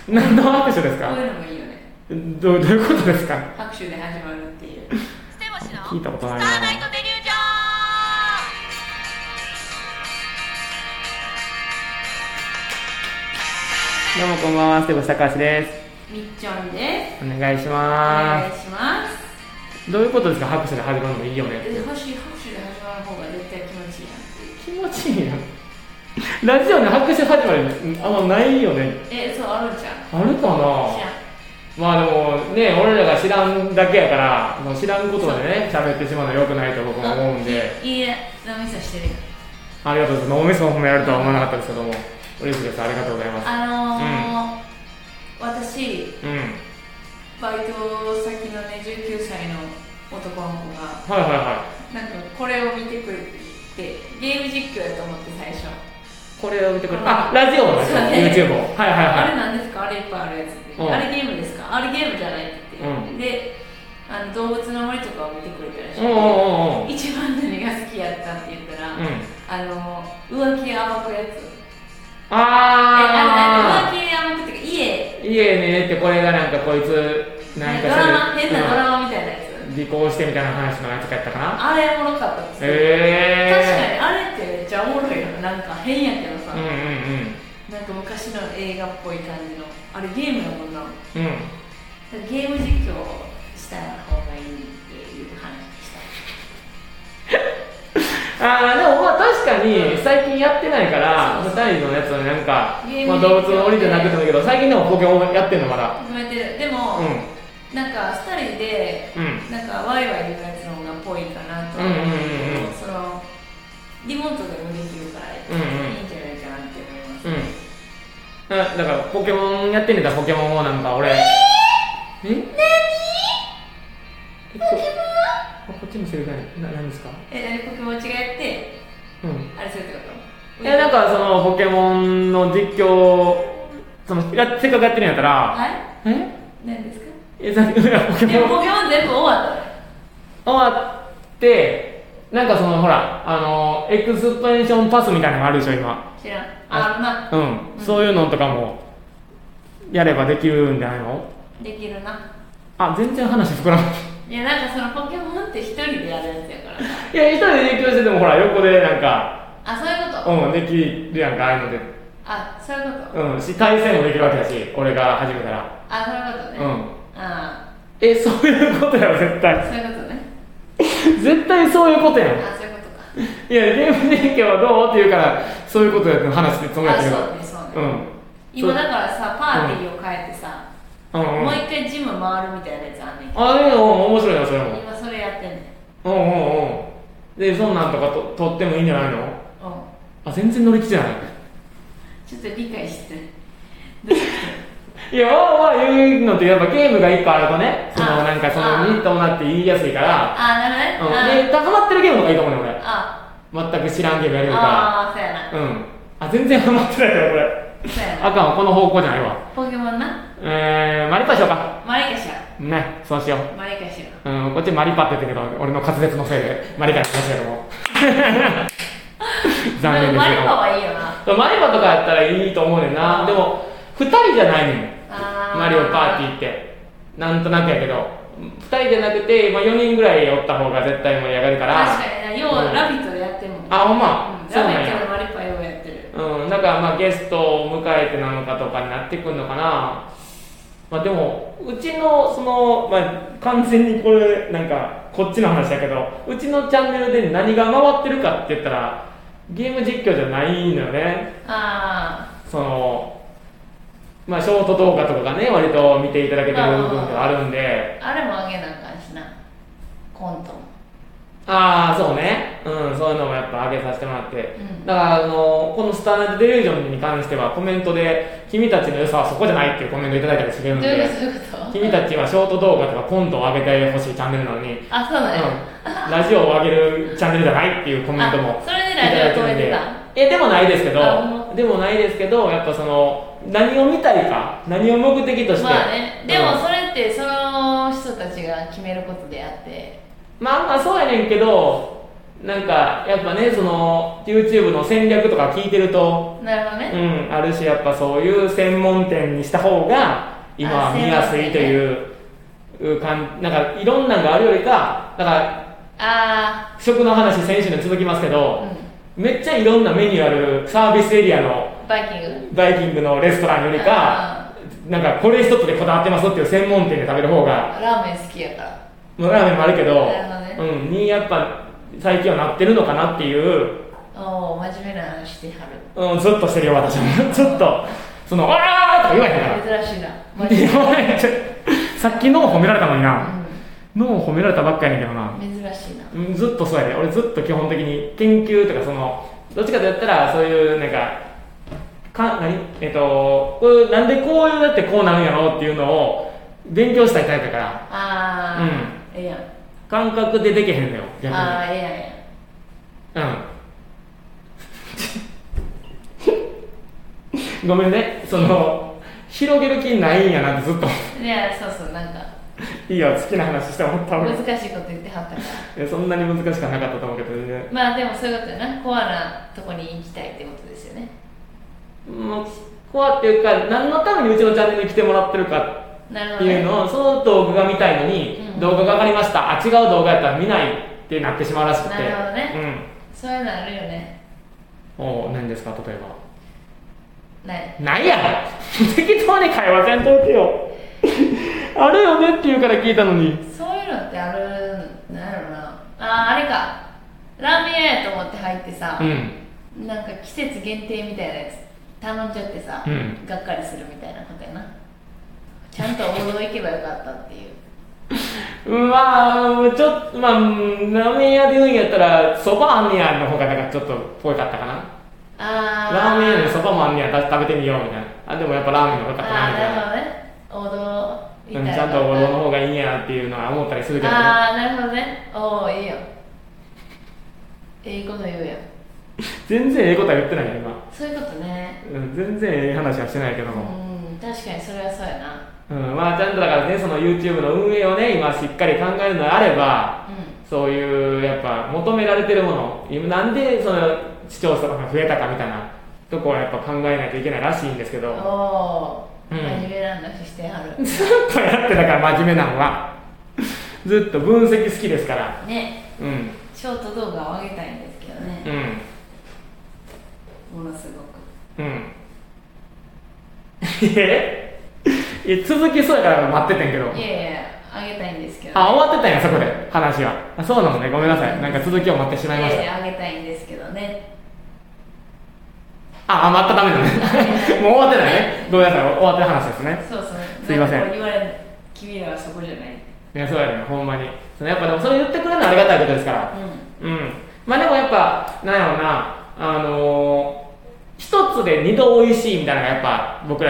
何の拍手ですか？ こういうのもいいよね。 どういうことですか？ 拍手で始まるっていう。 聞いたことないな。 スターナイトデリュージョどうもこんばんは、ステゴシ高橋です。 みっちょんです。 お願いしおま願いします。 す。どういうことですか？拍手で始まるのいいよね。 拍手で始まる方が絶対気持ちいいやん。 気持ちいいやん。ラジオに拍手始まりあんまないよね。 そうあるんちゃう？ あるかな？ 知らん。 まあでもね、俺らが知らんだけやから、知らんことでね、喋ってしまうのは良くないと僕も思うんで。 いいえ、脳みそしてるよ。 ありがとうございます。脳みそもやるとは思わなかったですけども、嬉しいです。ありがとうございます。 私、バイト先のね、19歳の男の子が、なんかこれを見てくれて、ゲーム実況やと思って最初。 これを見てくれあ、ラジオのYouTube を。 あれなんですか？あれいっぱいあるやつって。あれゲームですか？あれゲームじゃないって言って。で、動物の森とかを見てくれたらしい。一番何が好きやったって言ったら、浮気暴くやつ。浮気暴くっていうか、家ねってこれがなんかこいつ、なんか変なドラマみたいなやつ。 離婚してみたいな話のやつかやったかな。 あれおもろかったです。確かにあれってめっちゃおもろいよ。なんか変やけどさ、なんか昔の映画っぽい感じの。あれゲームやもんな。ゲーム実況した方がいいっていう話でした。 でもまあ確かに最近やってないから2人のやつはなんか、動物の森じゃなくてもいいけど、最近でもポケモンやってんのまだ。 でも、なんか2人でなんかワイワイ言うやつの方がぽいかなと思うけど、そのリモートでもできるからいいんじゃないかなって思います。 だからポケモンやってんねんからポケモンをなんか俺何？ポケモン？こっちも知りたい。何ですか？ ポケモン違ってあれするってこと？ なんかそのポケモンの実況せっかくやってるんやったら何ですか？ ポケモン全部終わった終わってなんかそのほらエクスペンションパスみたいなのがあるでしょ今。 知らん。あるな。 そういうのとかもやればできるんじゃないの？ できるな。 全然話膨らむ。 いやなんかそのポケモンって一人でやるやつやからさ。 いや一人で実況しててもほら横でなんかそういうこと？ できるやんかああいうので。 そういうこと？ 対戦もできるわけだし、俺が始めたら。 そういうことね。 そういうことやろ絶対。 そういうことね。 絶対そういうことやん。 そういうことか。 いやゲーム実況はどうって言うからそういうことやって話してつもりやけど。 そうね。今だからさパーティーを変えてさ、もう一回ジム回るみたいなやつあんねん。 でも面白いなそれも。 今それやってんねん。 でそんなんとか撮ってもいいんじゃないの？全然乗り気じゃない。 ちょっと理解して。 いや言うのってやっぱゲームが1個あるとね、なんかそのニットもなって言いやすいから。 なるほどね。 ハマってるゲームとかいいと思うね俺。全く知らんゲームやるよりか。 そうやな。 全然ハマってないからこれ。あかんわ、この方向じゃないわ。 ポケモンな。 マリパしようか。 マリカしよう。ね、そうしよう。 マリカしよう。 こっちマリパって言ってるけど、俺の滑舌のせいでマリカにしましたけども。残念ですけど。 マリパはいいよな。 マリパとかやったらいいと思うねんな。でも、2人じゃないねん。マリオパーティーって。なんとなくやけど。2人じゃなくて、4人ぐらいおった方が絶対盛り上がるから。 確かにな。要はラビットでやってるもんね。 ほんま。 ラビットでマリパようやってる。 だからゲストを迎えてなのかとかになってくるのかな。でもうちの完全にこれなんかこっちの話だけど、うちのチャンネルで何が回ってるかって言ったらゲーム実況じゃないのよね。ショート動画とかがね割と見ていただけてる部分があるんで、 あれもあげなあかんしな、コントも。 そうね、そういうのもやっぱ上げさせてもらって、だからこのスターナイトデリュージョンに関してはコメントで君たちの良さはそこじゃないっていうコメントいただいたりしてるんで、君たちはショート動画とかコントを上げてほしいチャンネルなのに、 そうだね、 ラジオを上げるチャンネルじゃないっていうコメントもそれでラジオ止めてた。 でもないですけど、やっぱ何を見たいか、何を目的として。 でもそれってその人たちが決めることであって、 そうやねんけど、 なんかやっぱねその YouTube の戦略とか聞いてるとなるほどね、 あるしやっぱそういう専門店にした方が今は見やすいというなんかいろんなのがあるよりかだから食の話先週に続きますけど、めっちゃいろんなメニューあるサービスエリアのバイキングのレストランよりかなんかこれ一つでこだわってますっていう専門店で食べる方がラーメン好きやからもうラーメンもあるけど、 ねにやっぱ最近はなってるのかなっていう真面目な話してはるずっとしてるよ私もずっとその「あー!」とか言わへんから珍しいな真さっき脳褒められたのにな、脳褒められたばっかりやねんけどな珍しいな、 ずっとそうやで俺ずっと基本的に研究とかそのどっちかとやったらそういうなんかこれなんでこういうだってこうなるんやろっていうのを勉強したいタイプだからええやん感覚でできへんのよ逆にええやんごめんねその広げる気ないんやなってずっといやそうなんかいいよ好きな話してもらった難しいこと言ってはったからそんなに難しくはなかったと思うけどねまあでもそういうことやなコアなとこに行きたいってことですよねコアっていうか何のためにうちのチャンネルに来てもらってるかっていうのを、その動画が見たいのに、動画が上がりました違う動画やったら見ないってなってしまうらしくてなるほどね、そういうのあるよね何ですか例えばないやろ適当に会話せんといてよあるよねって言うから聞いたのにそういうのってあるなんやろなあれかラーメン屋やと思って入ってさ、なんか季節限定みたいなやつ頼んじゃってさ、がっかりするみたいなことやなちゃんと王道行けばよかったっていうまあちょっとラーメン屋で言うんやったらそばあんねやの方がなんかちょっとぽいかったかなラーメン屋でそばもあんねや食べてみようみたいなでもやっぱラーメンの方がよかったなみたいななるほどね王道みたいなちゃんと王道の方がいいんやっていうのは思ったりするけどねなるほどねいいよいいこと言うやん全然ええことは言ってないよ今そういうことね全然ええ話はしてないけども確かにそれはそうやなまあちゃんとだからねその YouTube の運営をね今しっかり考えるのであれば、そういうやっぱ求められてるもの今なんでその視聴者が増えたかみたいなとこはやっぱ考えないといけないらしいんですけど真面目な話してはるずっとやってたから真面目なのはずっと分析好きですからねショート動画を上げたいんですけどねものすごく続きそうやから待っててんけどいやあげたいんですけど、 終わってたんやそこで話はそうなのねごめんなさいなんか続きを待ってしまいましたあげたいんですけどね待ったためだねもう終わってないねごめんなさい終わってる話ですねそうすいません言われる君らはそこじゃないいやそうやねほんまにやっぱでもそれ言ってくれるのはありがたいことですからまあでもやっぱなんやろうな一つで二度美味しいみたいなのがやっぱ僕ら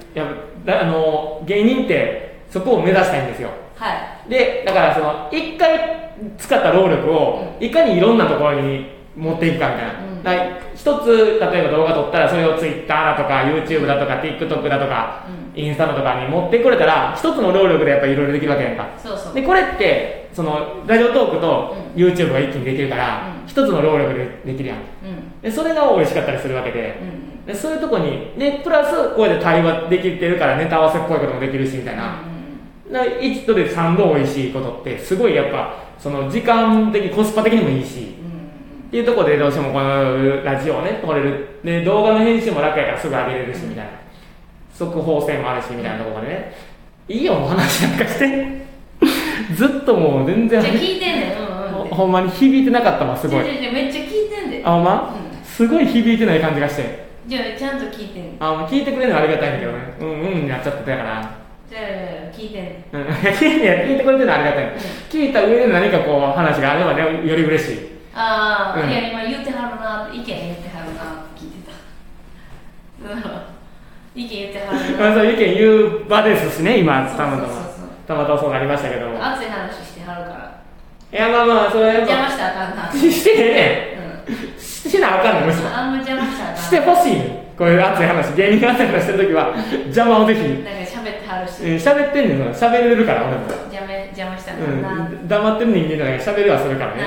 芸人ってそこを目指したいんですよでだからその一回使った労力をいかにいろんなところに持っていくかみたいな、一つ例えば動画撮ったらそれを Twitter だとか YouTube だとか TikTok だとか、インスタだとかに持ってくれたら一つの労力でやっぱいろいろできるわけやんかでこれってそのラジオトークと YouTube が一気にできるから一つの労力でできるやんでそれが美味しかったりするわけでそういうとこにでプラスこうやって対話できてるからネタ合わせっぽいこともできるしみたいな1度で3度美味しいことってすごいやっぱその時間的コスパ的にもいいしっていうところでどうしてもこのラジオをね撮れるで動画の編集も楽やからすぐ上げれるしみたいな速報性もあるしみたいなところまでねいいよお話なんかしてずっともう全然じゃ聞いてんねほんまに響いてなかったわすごいめっちゃ聞いてんでほんま、すごい響いてない感じがしてじゃあちゃんと聞いてんね聞いてくれるのはありがたいんだけどねになっちゃってたからじゃあ聞いてんね聞いてくれてるのはありがたい、聞いた上で何かこう話があればねより嬉しいいや今言ってはるな意見言ってはるなって聞いてた意見言ってはるな意見言う場ですしね今たまたまそうなりましたけど熱い話してはるからいやまあそれ邪魔したらあかんなしてへんねんしなあかんねんむしろあんま邪魔したらあかんしてほしいねんこういう熱い話芸人が熱い話してるときは邪魔をぜひなんか喋ってはるし喋ってんねん喋れるから俺も邪魔したらあかんな黙ってる人間じゃない喋りはするからね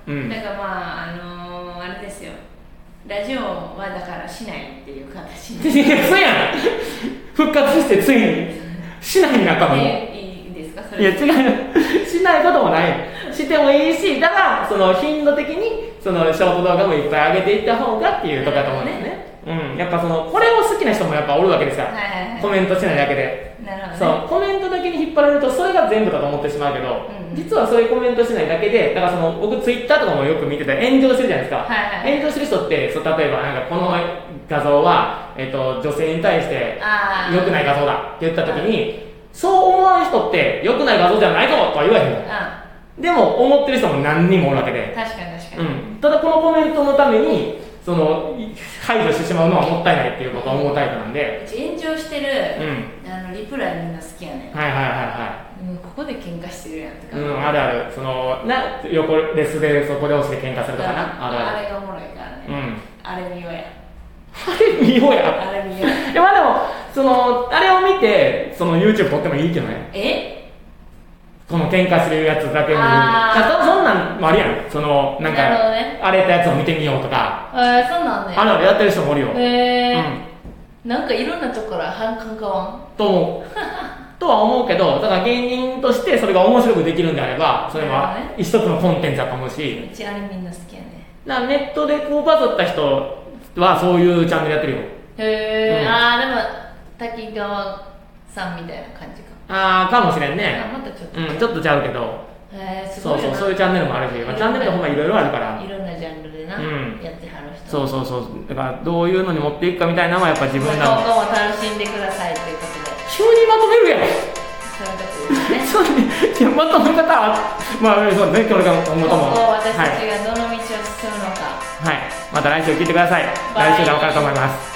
うん、 だからまああれですよ、ラジオはだからしないっていう形にいやそうやん復活してついにしないになったの。 いいですかそれ。 いや違うしないこともないしてもいいし、ただその頻度的にそのショート動画もいっぱい上げていった方がっていうところだと思うんですね。うん、やっぱそのこれを好きな人もやっぱおるわけですから、 はいはいはい、 コメントしないだけで。 なるほど、ね、 そうコメントだけに引っ張られるとそれが全部だと思ってしまうけど、 うん、 実はそういうコメントしないだけで、だからその僕ツイッターとかもよく見てて炎上してるじゃないですか、 はいはい、 炎上してる人ってそう例えばなんかこの画像は、女性に対して良くない画像だって言った時に、そう思わない人って良くない画像じゃないぞとは言わへんの。でも思ってる人も何人もおるわけで、 確かに確かに、 うん、ただこのコメントのためにその排除してしまうのはもったいないっていうことを思うタイプなんで、 うち炎上してる、 うん、 リプライみんな好きやねん。 はいはいはいはい、 ここで喧嘩してるやんってか、 あるある、その横レスでそこで押して喧嘩するとかな、 あれがおもろいからね、あれ見ようや、 あれ見ようや、 あれ見ようやまあでもそのあれを見てその YouTube 撮ってもいいけどね、この喧嘩するやつだけに、そんなんもあるやん、そのなんか、ね、荒れたやつを見てみようとか、 そうなんね、 あるやってる人もおるよ、 なんかいろんなとこから反感変わんと思うとは思うけど、ただ芸人としてそれが面白くできるんであれば、それは一つのコンテンツだと思うし、 うちあれみんな好きやね。 だからネットでこうバズった人はそういうチャンネルやってるよ。 へえ、でも滝川さんみたいな感じか。 かもしれんね。 またちょっと、 ちょっとちゃうけど、そうそういうチャンネルもあるし、チャンネルってほんまいろいろあるから、 いろんなジャンルでな、やってはるそ人、 うだからどういうのに持っていくかみたいなのはやっぱ自分らの今後も楽しんでくださいということで、 急にまとめるやんそういうことですね。 まとめ方はまあそうね、これから今後とも私たちがどの道を進むのか、 はい、また来週聞いてください。来週で分かると思います。